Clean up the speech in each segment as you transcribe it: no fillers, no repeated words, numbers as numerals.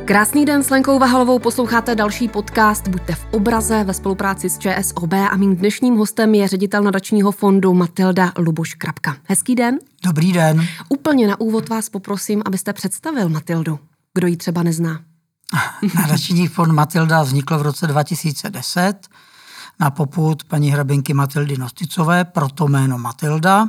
Krásný den, s Lenkou Vahalovou posloucháte další podcast Buďte v obraze ve spolupráci s ČSOB a mým dnešním hostem je ředitel nadačního fondu Matilda Luboš-Krapka. Hezký den. Dobrý den. Úplně na úvod vás poprosím, abyste představil Matildu, kdo ji třeba nezná. Nadační fond Matilda vznikl v roce 2010 na popud paní hraběnky Matildy Nosticové, proto jméno Matilda.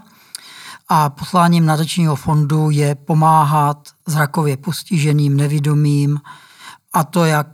A posláním nadačního fondu je pomáhat zrakově postiženým, nevidomým, a to jak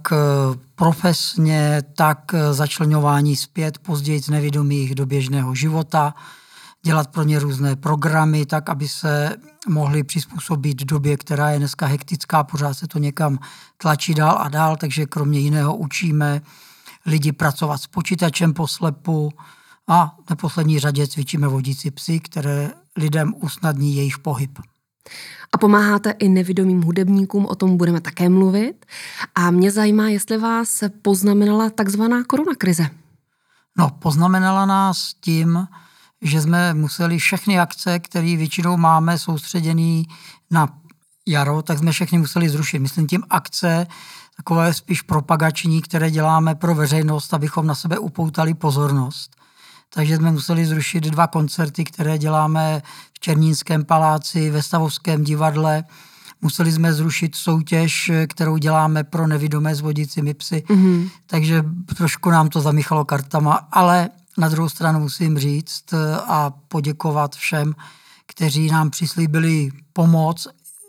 profesně, tak začleňování zpět později z nevidomých do běžného života, dělat pro ně různé programy, tak aby se mohli přizpůsobit době, která je dneska hektická, pořád se to někam tlačí dál a dál, takže kromě jiného učíme lidi pracovat s počítačem poslepu a v neposlední řadě cvičíme vodící psy, které lidem usnadní jejich pohyb. A pomáháte i nevidomým hudebníkům, o tom budeme také mluvit. A mě zajímá, jestli vás poznamenala takzvaná koronakrize. No, poznamenala nás tím, že jsme museli všechny akce, které většinou máme soustředěný na jaro, tak jsme všechny museli zrušit. Myslím tím akce takové spíš propagační, které děláme pro veřejnost, abychom na sebe upoutali pozornost. Takže jsme museli zrušit 2 koncerty, které děláme v Černínském paláci, ve Stavovském divadle. Museli jsme zrušit soutěž, kterou děláme pro nevidomé s vodícími psy. Takže trošku nám to zamíchalo kartama, ale na druhou stranu musím říct a poděkovat všem, kteří nám přislíbili pomoc,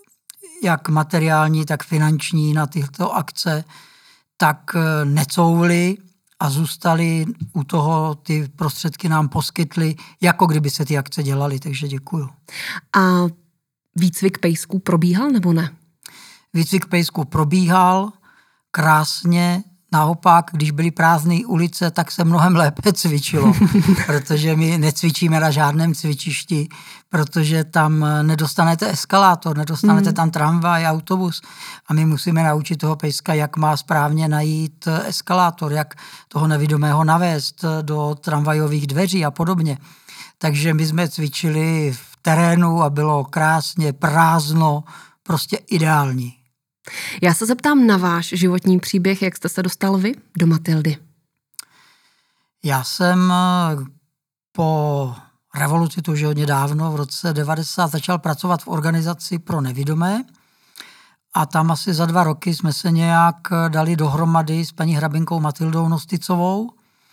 jak materiální, tak finanční na tyto akce, tak necouvli a zůstali u toho, ty prostředky nám poskytli, jako kdyby se ty akce dělaly, takže děkuju. A výcvik pejsků probíhal nebo ne? Výcvik pejsků probíhal krásně, naopak, když byly prázdné ulice, tak se mnohem lépe cvičilo, protože my necvičíme na žádném cvičišti, protože tam nedostanete eskalátor, nedostanete tam tramvaj, autobus a my musíme naučit toho pejska, jak má správně najít eskalátor, jak toho nevidomého navést do tramvajových dveří a podobně. Takže my jsme cvičili v terénu a bylo krásně, prázdno, prostě ideální. Já se zeptám na váš životní příběh, jak jste se dostal vy do Matildy. Já jsem po revoluci, to už je hodně dávno, v roce 90 začal pracovat v organizaci pro nevidomé a tam asi za 2 roky jsme se nějak dali dohromady s paní hraběnkou Matildou Nosticovou.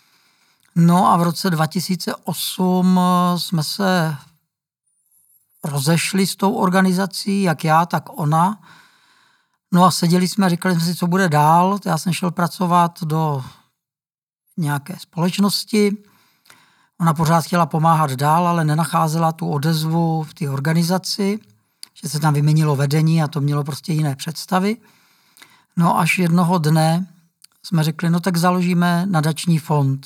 No a v roce 2008 jsme se rozešli s tou organizací, jak já, tak ona. No a seděli jsme a říkali jsme si, co bude dál. Já jsem šel pracovat do nějaké společnosti. Ona pořád chtěla pomáhat dál, ale nenacházela tu odezvu v té organizaci, že se tam vyměnilo vedení a to mělo prostě jiné představy. No až jednoho dne jsme řekli, no tak založíme nadační fond.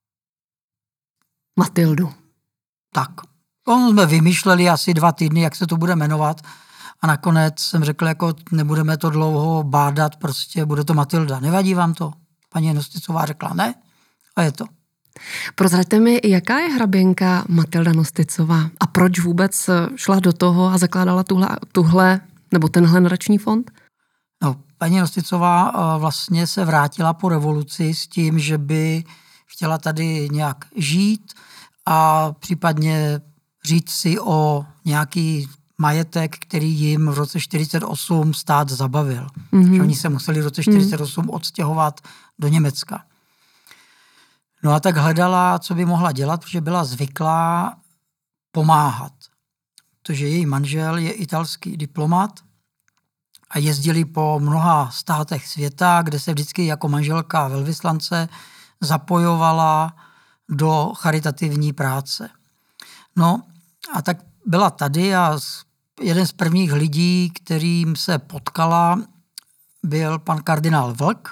Matildu. Tak. Jsme vymýšleli asi 2 týdny, jak se to bude jmenovat. A nakonec jsem řekl, jako nebudeme to dlouho bádat, prostě bude to Matilda. Nevadí vám to? Paní Nosticová řekla ne a je to. Prozraďte mi, jaká je hraběnka Matilda Nosticová a proč vůbec šla do toho a zakládala tenhle nadační fond? No, paní Nosticová vlastně se vrátila po revoluci s tím, že by chtěla tady nějak žít a případně říct si o nějaký majetek, který jim v roce 1948 stát zabavil. Že oni se museli v roce 1948 odstěhovat do Německa. No a tak hledala, co by mohla dělat, protože byla zvyklá pomáhat. Protože její manžel je italský diplomat a jezdili po mnoha státech světa, kde se vždycky jako manželka velvyslance zapojovala do charitativní práce. No a tak byla tady a jeden z prvních lidí, kterým se potkala, byl pan kardinál Vlk.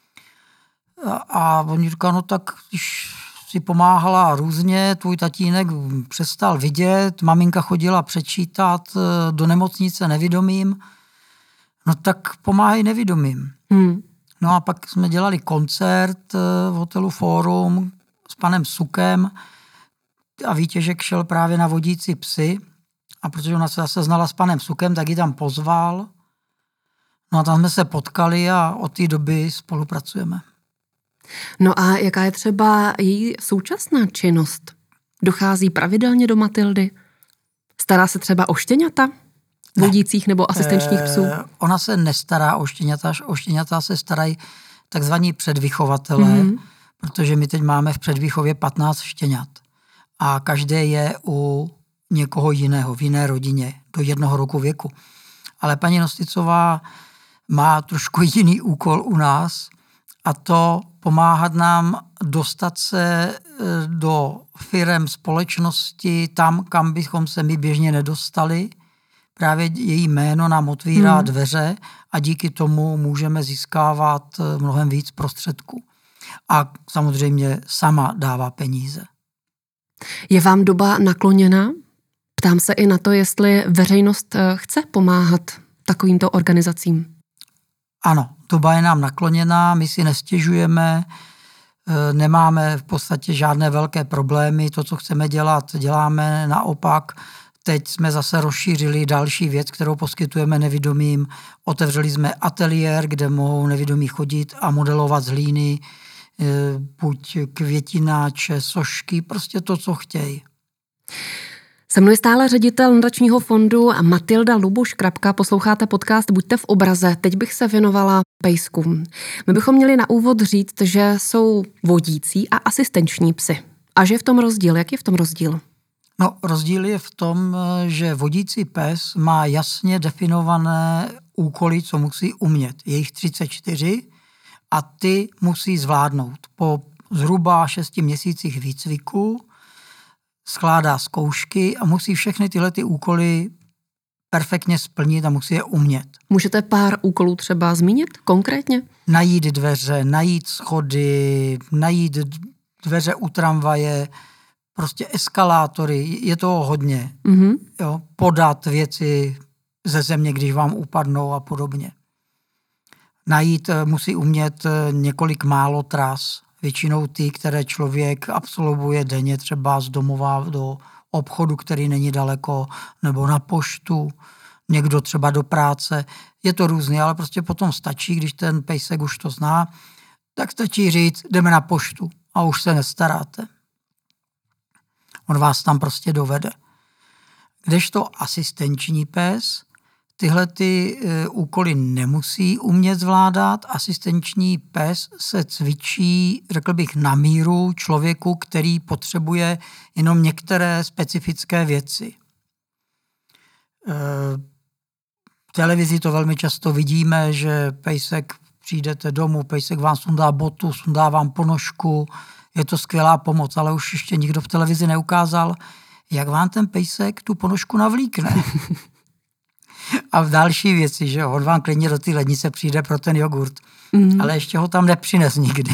A on říkal, no tak když si pomáhala různě, tvůj tatínek přestal vidět, maminka chodila přečítat do nemocnice nevidomým, no tak pomáhej nevidomým. No a pak jsme dělali koncert v hotelu Fórum s panem Sukem a Vítěžek šel právě na vodící psy a protože ona se zase znala s panem Sukem, tak ji tam pozval. No a tam jsme se potkali a od té doby spolupracujeme. No a jaká je třeba její současná činnost? Dochází pravidelně do Matyldy? Stará se třeba o štěňata? Vodících nebo asistenčních psů? Ona se nestará o štěňata se starají takzvaní předvychovatelé, protože my teď máme v předvýchově 15 štěňat a každé je u někoho jiného, v jiné rodině, do 1 roku věku. Ale paní Nosticová má trošku jiný úkol u nás a to pomáhat nám dostat se do firem společnosti tam, kam bychom se my běžně nedostali. Právě její jméno nám otvírá dveře a díky tomu můžeme získávat mnohem víc prostředků. A samozřejmě sama dává peníze. Je vám doba nakloněna? Ptám se i na to, jestli veřejnost chce pomáhat takovýmto organizacím. Ano, doba je nám nakloněná, my si nestěžujeme, nemáme v podstatě žádné velké problémy, to, co chceme dělat, děláme naopak. Teď jsme zase rozšířili další věc, kterou poskytujeme nevidomým. Otevřeli jsme ateliér, kde mohou nevidomí chodit a modelovat z hlíny, buď květináče, sošky, prostě to, co chtějí. Se mnou je stále ředitel nadačního fondu Matylda Luboš-Krapka. Posloucháte podcast Buďte v obraze. Teď bych se věnovala pejskům. My bychom měli na úvod říct, že jsou vodící a asistenční psy. A že je v tom rozdíl. Jak je v tom rozdíl? No, rozdíl je v tom, že vodící pes má jasně definované úkoly, co musí umět. Je jich 34 a ty musí zvládnout. Po zhruba 6 měsících výcviku skládá zkoušky a musí všechny tyhle ty úkoly perfektně splnit a musí je umět. Můžete pár úkolů třeba zmínit konkrétně? Najít dveře, najít schody, najít dveře u tramvaje, prostě eskalátory, je toho hodně. Jo, podat věci ze země, když vám upadnou a podobně. Najít musí umět několik málo tras, většinou ty, které člověk absolvuje denně, třeba z domova do obchodu, který není daleko, nebo na poštu, někdo třeba do práce. Je to různé, ale prostě potom stačí, když ten pejsek už to zná, tak stačí říct, jdeme na poštu a už se nestaráte. On vás tam prostě dovede. Kdežto asistenční pes tyhle ty úkoly nemusí umět zvládat. Asistenční pes se cvičí, řekl bych, na míru člověku, který potřebuje jenom některé specifické věci. V televizi to velmi často vidíme, že pejsek, přijdete domů, pejsek vám sundá botu, sundá vám ponožku, je to skvělá pomoc, ale už ještě nikdo v televizi neukázal, jak vám ten pejsek tu ponožku navlíkne. A v další věci, že on vám klidně do té lednice přijde pro ten jogurt, ale ještě ho tam nepřines nikdy.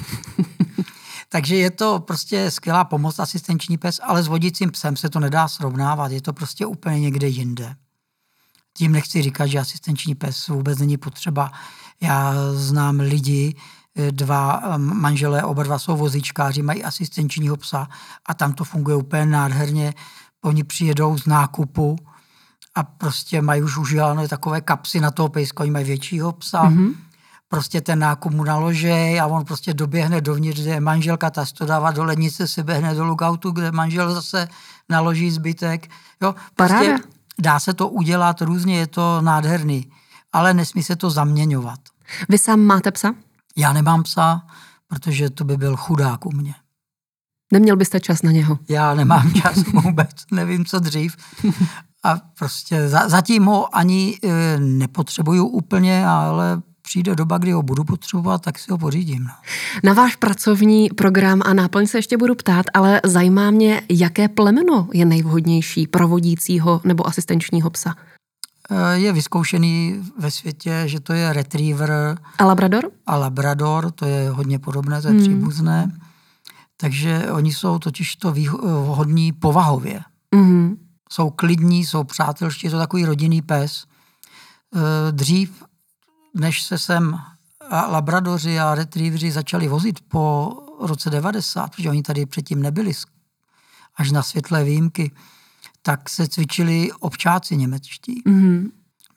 Takže je to prostě skvělá pomoc, asistenční pes, ale s vodícím psem se to nedá srovnávat, je to prostě úplně někde jinde. Tím nechci říkat, že asistenční pes vůbec není potřeba. Já znám lidi, 2 manželé, oba 2 jsou vozíčkáři, mají asistenčního psa a tam to funguje úplně nádherně. Oni přijedou z nákupu a prostě mají už udělané takové kapsy na toho pejska, oni mají většího psa, prostě ten nákup mu naloží a on prostě doběhne dovnitř, kde je manželka, ta to dává do lednice, se běhne do lookoutu, kde manžel zase naloží zbytek. Jo, prostě dá se to udělat různě, je to nádherný, ale nesmí se to zaměňovat. Vy sám máte psa? Já nemám psa, protože to by byl chudák u mě. Neměl byste čas na něho? Já nemám čas vůbec, nevím, co dřív. A prostě zatím ho ani nepotřebuju úplně, ale přijde doba, kdy ho budu potřebovat, tak si ho pořídím. No. Na váš pracovní program a náplň se ještě budu ptát, ale zajímá mě, jaké plemeno je nejvhodnější pro vodícího nebo asistenčního psa? Je vyzkoušený ve světě, že to je retriever. A labrador? A labrador, to je hodně podobné, to je příbuzné. Takže oni jsou totiž to hodní povahově. Jsou klidní, jsou přátelští, jsou takový rodinný pes. Dřív, než se sem labradoři a retrieveri začali vozit po roce 90, protože oni tady předtím nebyli, až na světlé výjimky, tak se cvičili ovčáci němečtí.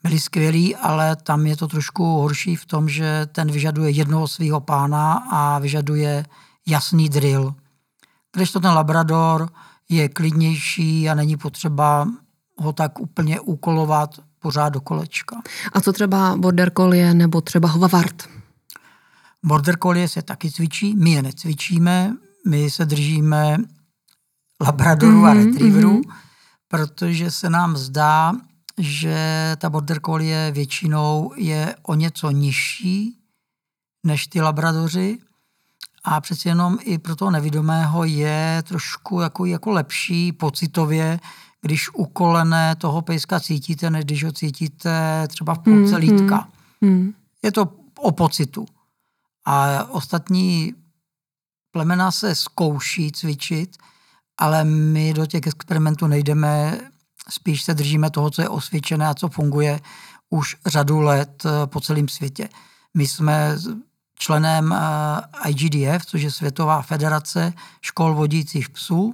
byli skvělí, ale tam je to trošku horší v tom, že ten vyžaduje jednoho svého pána a vyžaduje jasný drill. Kdežto ten labrador je klidnější a není potřeba ho tak úplně úkolovat pořád do kolečka. A co třeba border collie nebo třeba hovavart? Border collie se taky cvičí, my je necvičíme, my se držíme labradorů a retrieverů, protože se nám zdá, že ta border collie většinou je o něco nižší než ty labradoři a přeci jenom i pro toho nevidomého je trošku jako lepší pocitově, když u kolene toho pejska cítíte, než když ho cítíte třeba v půlce lítka. Je to o pocitu. A ostatní plemena se zkouší cvičit, ale my do těch experimentů nejdeme, spíš se držíme toho, co je osvědčené a co funguje už řadu let po celém světě. My jsme členem IGDF, což je Světová federace škol vodících psů,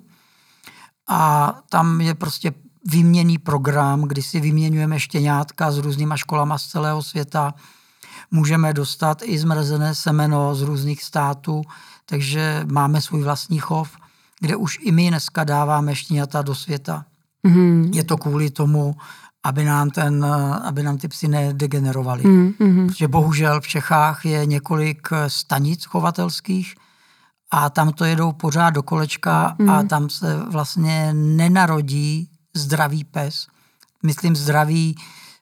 a tam je prostě výměnný program, kdy si vyměňujeme štěňátka s různýma školama z celého světa. Můžeme dostat i zmrazené semeno z různých států, takže máme svůj vlastní chov, kde už i my dneska dáváme štěňata do světa. Je to kvůli tomu, aby nám ty psy nedegenerovaly. Protože bohužel v Čechách je několik stanic chovatelských a tam to jedou pořád do kolečka a tam se vlastně nenarodí zdravý pes. Myslím zdravý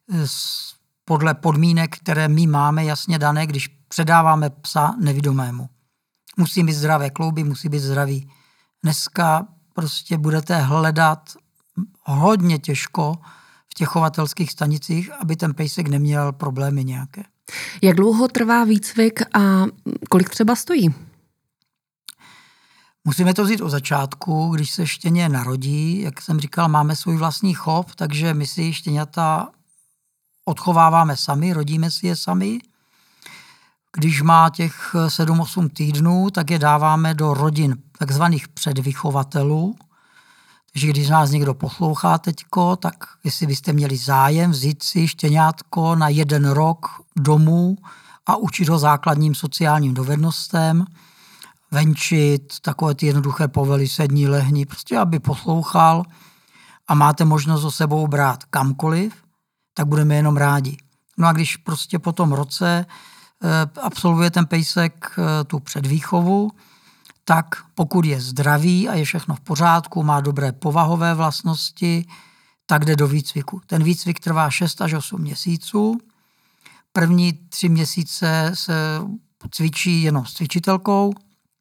podle podmínek, které my máme jasně dané, když předáváme psa nevidomému. Musí mít zdravé klouby, musí být zdravý. Dneska prostě budete hledat hodně těžko v těch chovatelských stanicích, aby ten pejsek neměl problémy nějaké. Jak dlouho trvá výcvik a kolik třeba stojí? Musíme to vzít od začátku, když se štěně narodí. Jak jsem říkal, máme svůj vlastní chov, takže my si štěňata odchováváme sami, rodíme si je sami. Když má těch 7-8 týdnů, tak je dáváme do rodin takzvaných předvychovatelů. Takže když nás někdo poslouchá teďko, tak jestli byste měli zájem vzít si štěňátko na 1 rok domů a učit ho základním sociálním dovednostem, venčit, takové ty jednoduché povely, sedni, lehni, prostě aby poslouchal a máte možnost ho sebou brát kamkoliv, tak budeme jenom rádi. No a když prostě po tom roce absolvuje ten pejsek tu předvýchovu, tak pokud je zdravý a je všechno v pořádku, má dobré povahové vlastnosti, tak jde do výcviku. Ten výcvik trvá 6 až 8 měsíců. První 3 měsíce se cvičí jenom s cvičitelkou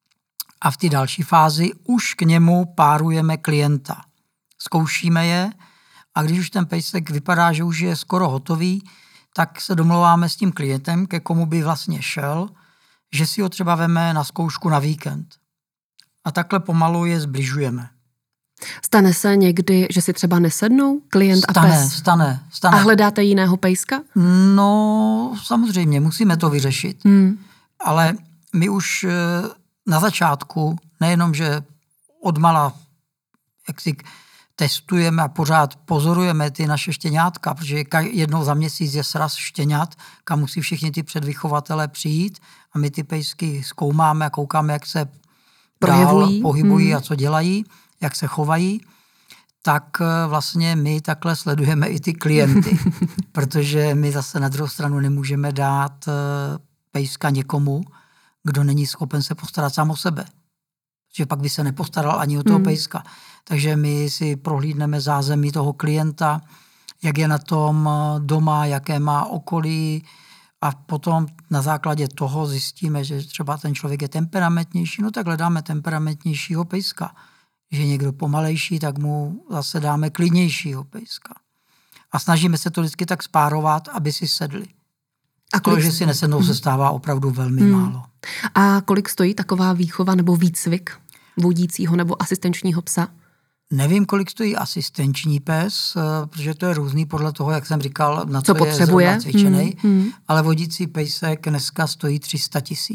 a v té další fázi už k němu párujeme klienta. Zkoušíme je a když už ten pejsek vypadá, že už je skoro hotový, tak se domlouváme s tím klientem, ke komu by vlastně šel, že si ho třeba veme na zkoušku na víkend. A takhle pomalu je zbližujeme. Stane se někdy, že si třeba nesednou klient a pes? Stane. A hledáte jiného pejska? No, samozřejmě, musíme to vyřešit. Ale my už na začátku, nejenom, že odmala jak si testujeme a pořád pozorujeme ty naše štěňátka, protože jednou za měsíc je sraz štěňat, kam musí všichni ty přijít a my ty pejsky zkoumáme a koukáme, jak se pohybují a co dělají, jak se chovají, tak vlastně my takhle sledujeme i ty klienty, protože my zase na druhou stranu nemůžeme dát pejska někomu, kdo není schopen se postarat sám o sebe. Že pak by se nepostaral ani o toho pejska. Takže my si prohlídneme zázemí toho klienta, jak je na tom doma, jaké má okolí a potom na základě toho zjistíme, že třeba ten člověk je temperamentnější, no tak hledáme temperamentnějšího pejska. Když je někdo pomalejší, tak mu zase dáme klidnějšího pejska. A snažíme se to vždycky tak spárovat, aby si sedli. A to, že si nesednou, se stává opravdu velmi málo. A kolik stojí taková výchova nebo výcvik vodícího nebo asistenčního psa? Nevím, kolik stojí asistenční pes, protože to je různý podle toho, jak jsem říkal, na co potřebuje. Je zrovna cvičený. Ale vodící pejsek dneska stojí 300 000.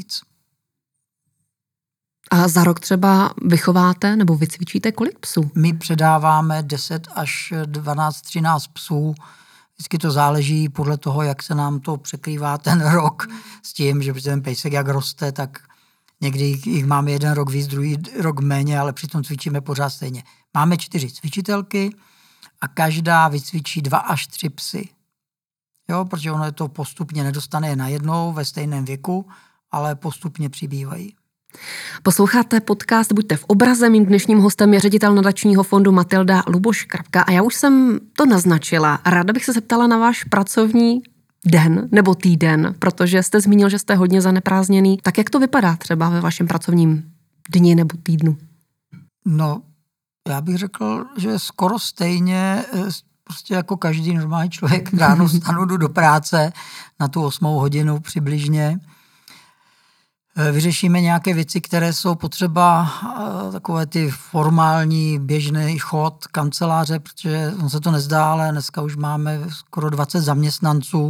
A za rok třeba vychováte nebo vycvičíte kolik psů? My předáváme 10 až 12, 13 psů Vždycky to záleží podle toho, jak se nám to překrývá ten rok s tím, že ten pejsek jak roste, tak někdy jich máme jeden rok víc, druhý rok méně, ale přitom cvičíme pořád stejně. Máme 4 cvičitelky a každá vycvičí 2 až 3 psy. Jo, protože ono je to postupně nedostane najednou ve stejném věku, ale postupně přibývají. Posloucháte podcast Buďte v obraze. Mým dnešním hostem je ředitel nadačního fondu Matilda Luboš Krapka. A já už jsem to naznačila. Ráda bych se zeptala na váš pracovní den nebo týden, protože jste zmínil, že jste hodně zaneprázdněný. Tak jak to vypadá třeba ve vašem pracovním dni nebo týdnu? No, já bych řekl, že skoro stejně, prostě jako každý normální člověk, ráno stanu, jdu do práce na tu 8 hodinu přibližně. Vyřešíme nějaké věci, které jsou potřeba, takové ty formální, běžný chod kanceláře, protože on se to nezdá, ale dneska už máme skoro 20 zaměstnanců,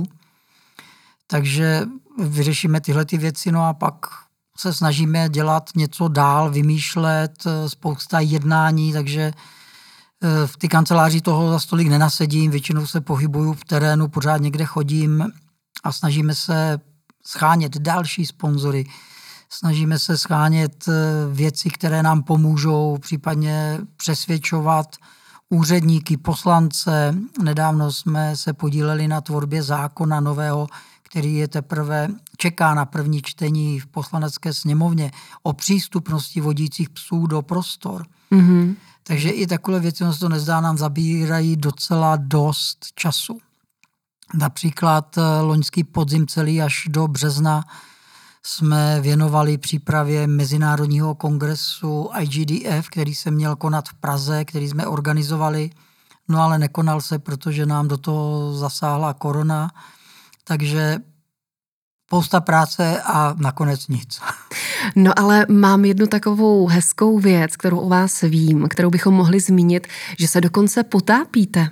takže vyřešíme tyhle ty věci, no a pak se snažíme dělat něco dál, vymýšlet, spousta jednání, takže v ty kanceláři toho za stolik nenasedím, většinou se pohybuju v terénu, pořád někde chodím a snažíme se schánět další sponzory, snažíme se schánět věci, které nám pomůžou, případně přesvědčovat úředníky, poslance. Nedávno jsme se podíleli na tvorbě zákona nového, který je teprve čeká na první čtení v Poslanecké sněmovně o přístupnosti vodících psů do prostor. Mm-hmm. Takže i takové věci, no se to nezdá, nám zabírají docela dost času. Například loňský podzim celý až do března jsme věnovali přípravě Mezinárodního kongresu IGDF, který se měl konat v Praze, který jsme organizovali, no ale nekonal se, protože nám do toho zasáhla korona, takže spousta práce a nakonec nic. No ale mám jednu takovou hezkou věc, kterou o vás vím, kterou bychom mohli zmínit, že se dokonce potápíte.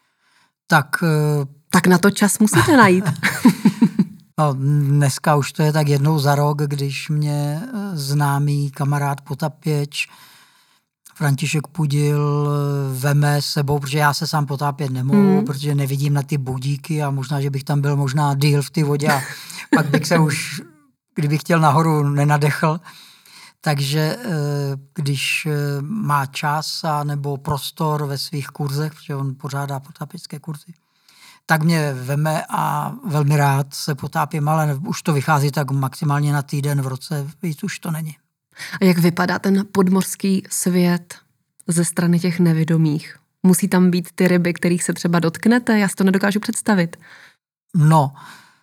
Tak na to čas musíte najít. No, dneska už to je tak jednou za rok, když mě známý kamarád potapěč František Pudil veme s sebou, protože já se sám potápět nemohu, protože nevidím na ty budíky a možná, že bych tam byl možná díl v té vodě a pak bych se už, kdybych chtěl nahoru, nenadechl. Takže když má čas a nebo prostor ve svých kurzech, protože on pořádá potápěčské kurzy, tak mě veme a velmi rád se potápím, ale už to vychází tak maximálně na týden v roce, víc už to není. A jak vypadá ten podmořský svět ze strany těch nevědomých? Musí tam být ty ryby, kterých se třeba dotknete? Já si to nedokážu představit. No,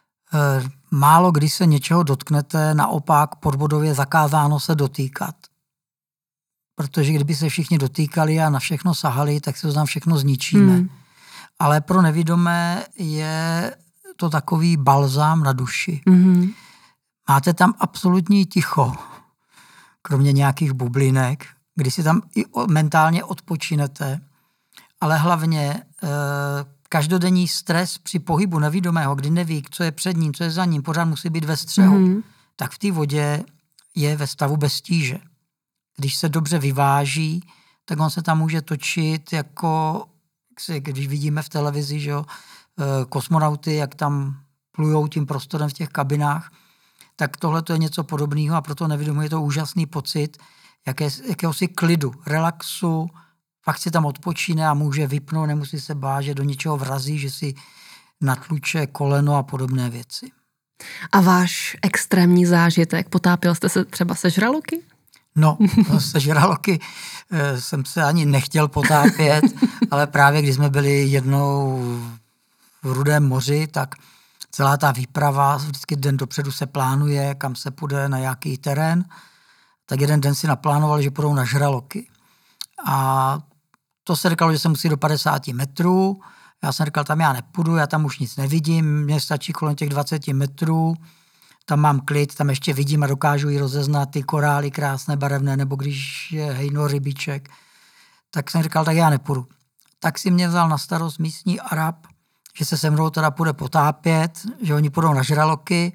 málo kdy se něčeho dotknete, naopak podvodově zakázáno se dotýkat. Protože kdyby se všichni dotýkali a na všechno sahali, tak se to tam všechno zničíme. Ale pro nevidomé je to takový balzám na duši. Mm-hmm. Máte tam absolutní ticho, kromě nějakých bublinek, kdy si tam i mentálně odpočinete, ale hlavně každodenní stres při pohybu nevidomého, kdy neví, co je před ním, co je za ním, pořád musí být ve střehu, tak v té vodě je ve stavu bez tíže. Když se dobře vyváží, tak on se tam může točit jako, když vidíme v televizi, že jo, kosmonauty, jak tam plujou tím prostorem v těch kabinách, tak tohle to je něco podobného a proto nevědomý je to úžasný pocit jakéhosi klidu, relaxu, fakt si tam odpočíne a může vypnout, nemusí se bát, že do něčeho vrazí, že si natluče koleno a podobné věci. A váš extrémní zážitek, potápěl jste se třeba se žraloky? No, se žraloky jsem se ani nechtěl potápět, ale právě když jsme byli jednou v Rudém moři, tak celá ta výprava, vždycky den dopředu se plánuje, kam se půjde na jaký terén, tak jeden den si naplánovali, že půjdou na žraloky. A to se říkalo, že se musí do 50 metrů, já jsem říkal, tam já nepůjdu, já tam už nic nevidím, mně stačí kolem těch 20 metrů, tam mám klid, tam ještě vidím a dokážu i rozeznat ty korály krásné, barevné, nebo když je hejno rybiček, tak jsem říkal, tak já nepůjdu. Tak si mě vzal na starost místní Arab, že se se mnou teda půjde potápět, že oni půjdou na žraloky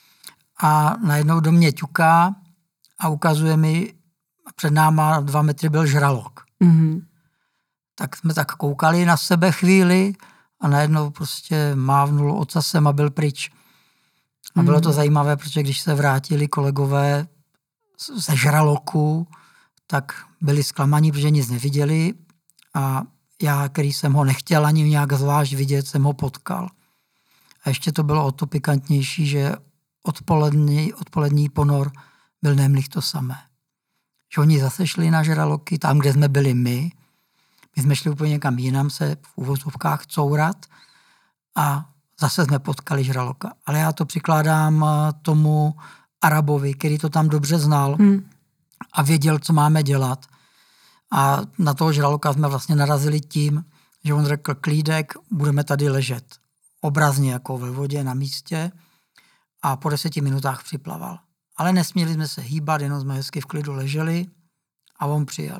a najednou do mě ťuká a ukazuje mi, před náma 2 metry byl žralok. Mm-hmm. Tak jsme tak koukali na sebe chvíli a najednou prostě mávnul ocasem a byl pryč. A bylo to zajímavé, protože když se vrátili kolegové ze žraloku, tak byli zklamaní, protože nic neviděli a já, který jsem ho nechtěl ani nějak zvlášť vidět, jsem ho potkal. A ještě to bylo o to pikantnější, že odpolední ponor byl nemlich to samé. Že oni zase šli na žraloky, tam, kde jsme byli my. My jsme šli úplně někam jinam se v uvozovkách courat a zase jsme potkali žraloka. Ale já to přikládám tomu Arabovi, který to tam dobře znal a věděl, co máme dělat. A na toho žraloka jsme vlastně narazili tím, že on řekl klídek, budeme tady ležet. Obrazně jako ve vodě na místě a po 10 minutách připlaval. Ale nesměli jsme se hýbat, jenom jsme hezky v klidu leželi a on přijel.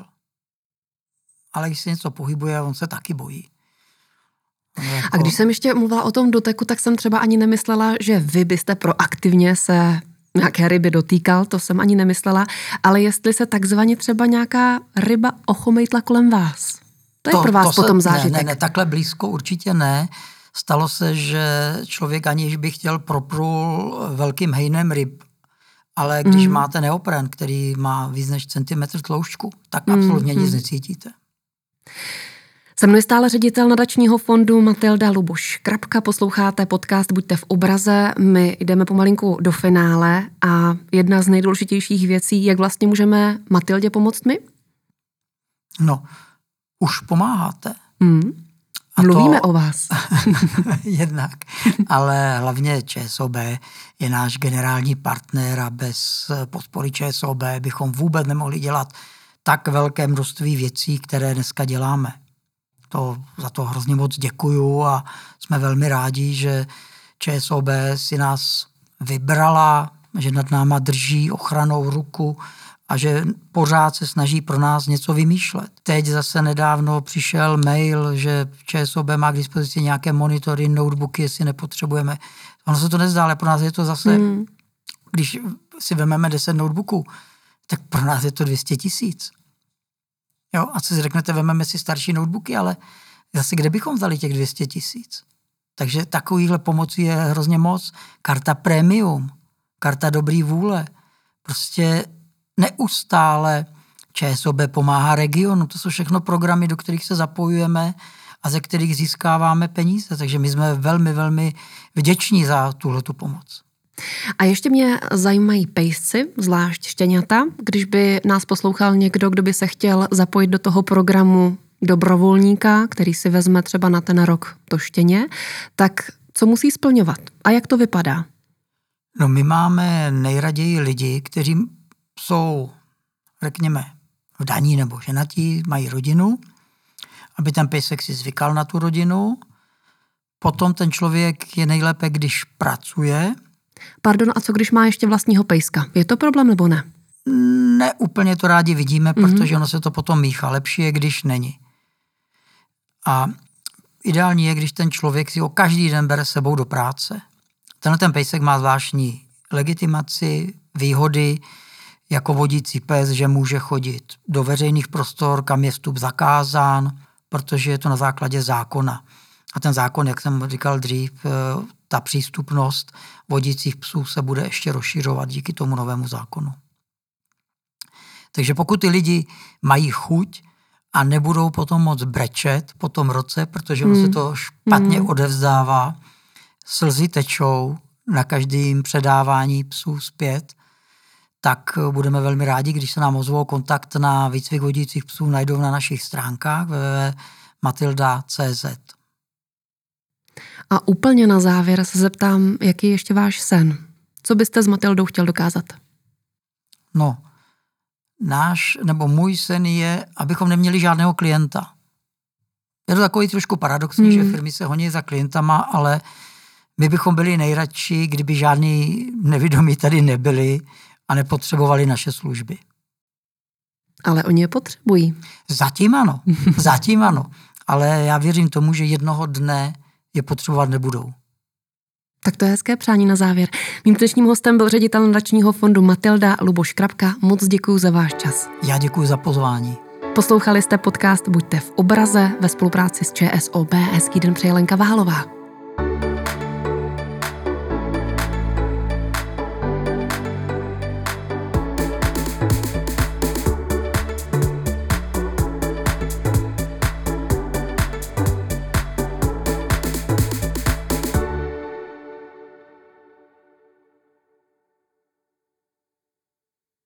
Ale když se něco pohybuje, on se taky bojí. Jako... A když jsem ještě mluvila o tom doteku, tak jsem třeba ani nemyslela, že vy byste proaktivně se nějaké ryby dotýkal, to jsem ani nemyslela, ale jestli se takzvaně třeba nějaká ryba ochomejtla kolem vás. To je pro vás potom zážitek. Ne, takhle blízko určitě ne. Stalo se, že člověk aniž by chtěl proplul velkým hejnem ryb, ale když máte neopren, který má víc než centimetr tloušťku, tak absolutně nic necítíte. Se mnou je stále ředitel nadačního fondu Matilda Luboš Krapka. Posloucháte podcast Buďte v obraze. My jdeme pomalinku do finále a jedna z nejdůležitějších věcí, jak vlastně můžeme Matildě pomoct my? No, už pomáháte. Mluvíme o vás. Jednak, ale hlavně ČSOB je náš generální partner a bez podpory ČSOB bychom vůbec nemohli dělat tak velké množství věcí, které dneska děláme. Za to hrozně moc děkuju a jsme velmi rádi, že ČSOB si nás vybrala, že nad náma drží ochranou ruku a že pořád se snaží pro nás něco vymýšlet. Teď zase nedávno přišel mail, že ČSOB má k dispozici nějaké monitory, notebooky, jestli nepotřebujeme. Ono se to nezdá, ale pro nás je to zase, když si vezmeme 10 notebooků, tak pro nás je to 200 000. Jo, a co si řeknete, vezmeme si starší notebooky, ale zase kde bychom vzali těch 200 000? Takže takovýhle pomocí je hrozně moc. Karta premium, karta dobrý vůle. Prostě neustále ČSOB pomáhá regionu. To jsou všechno programy, do kterých se zapojujeme a ze kterých získáváme peníze. Takže my jsme velmi, velmi vděční za tuhletu pomoc. A ještě mě zajímají pejsci, zvlášť štěňata. Když by nás poslouchal někdo, kdo by se chtěl zapojit do toho programu dobrovolníka, který si vezme třeba na ten rok to štěně, tak co musí splňovat? A jak to vypadá? No, my máme nejraději lidi, kteří jsou, řekněme, vdaní nebo ženatí, mají rodinu, aby ten pejsek si zvykal na tu rodinu. Potom ten člověk je nejlépe, když pracuje. Pardon, a co když má ještě vlastního pejska? Je to problém nebo ne? Ne, úplně to rádi vidíme, protože ono se to potom míchá. Lepší je, když není. A ideální je, když ten člověk si ho každý den bere sebou do práce. Ten pejsek má zvláštní legitimaci, výhody, jako vodící pes, že může chodit do veřejných prostor, kam je vstup zakázán, protože je to na základě zákona. A ten zákon, jak jsem říkal dřív, ta přístupnost vodících psů se bude ještě rozšiřovat díky tomu novému zákonu. Takže pokud ty lidi mají chuť a nebudou potom moc brečet po tom roce, protože ono se to špatně odevzdává, slzy tečou na každém předávání psů zpět, tak budeme velmi rádi, když se nám ozvou. Kontakt na výcvik vodících psů najdou na našich stránkách www.matilda.cz. A úplně na závěr se zeptám, jaký je ještě váš sen? Co byste s Matildou chtěl dokázat? No, můj sen je, abychom neměli žádného klienta. Je to takový trošku paradoxní, že firmy se honí za klientama, ale my bychom byli nejradši, kdyby žádný nevědomí tady nebyli a nepotřebovali naše služby. Ale oni je potřebují. Zatím ano. Ale já věřím tomu, že jednoho dne je potřebovat nebudou. Tak to je hezké přání na závěr. Mým dnešním hostem byl ředitel nadačního fondu Matilda Luboš Krapka. Moc děkuji za váš čas. Já děkuji za pozvání. Poslouchali jste podcast Buďte v obraze ve spolupráci s ČSOB. Hezký den přeje Lenka Váhalová.